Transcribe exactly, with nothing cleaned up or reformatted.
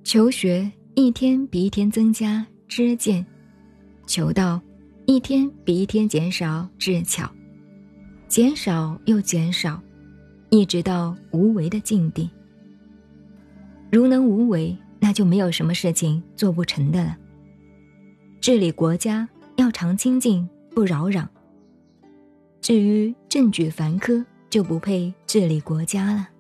求学一天比一天增加知见，求道一天比一天减少智巧，减少又减少，一直到无为的境地。如能无为，那就没有什么事情做不成的了。治理国家要常清静，不扰攘。至于政举繁苛，就不配治理国家了。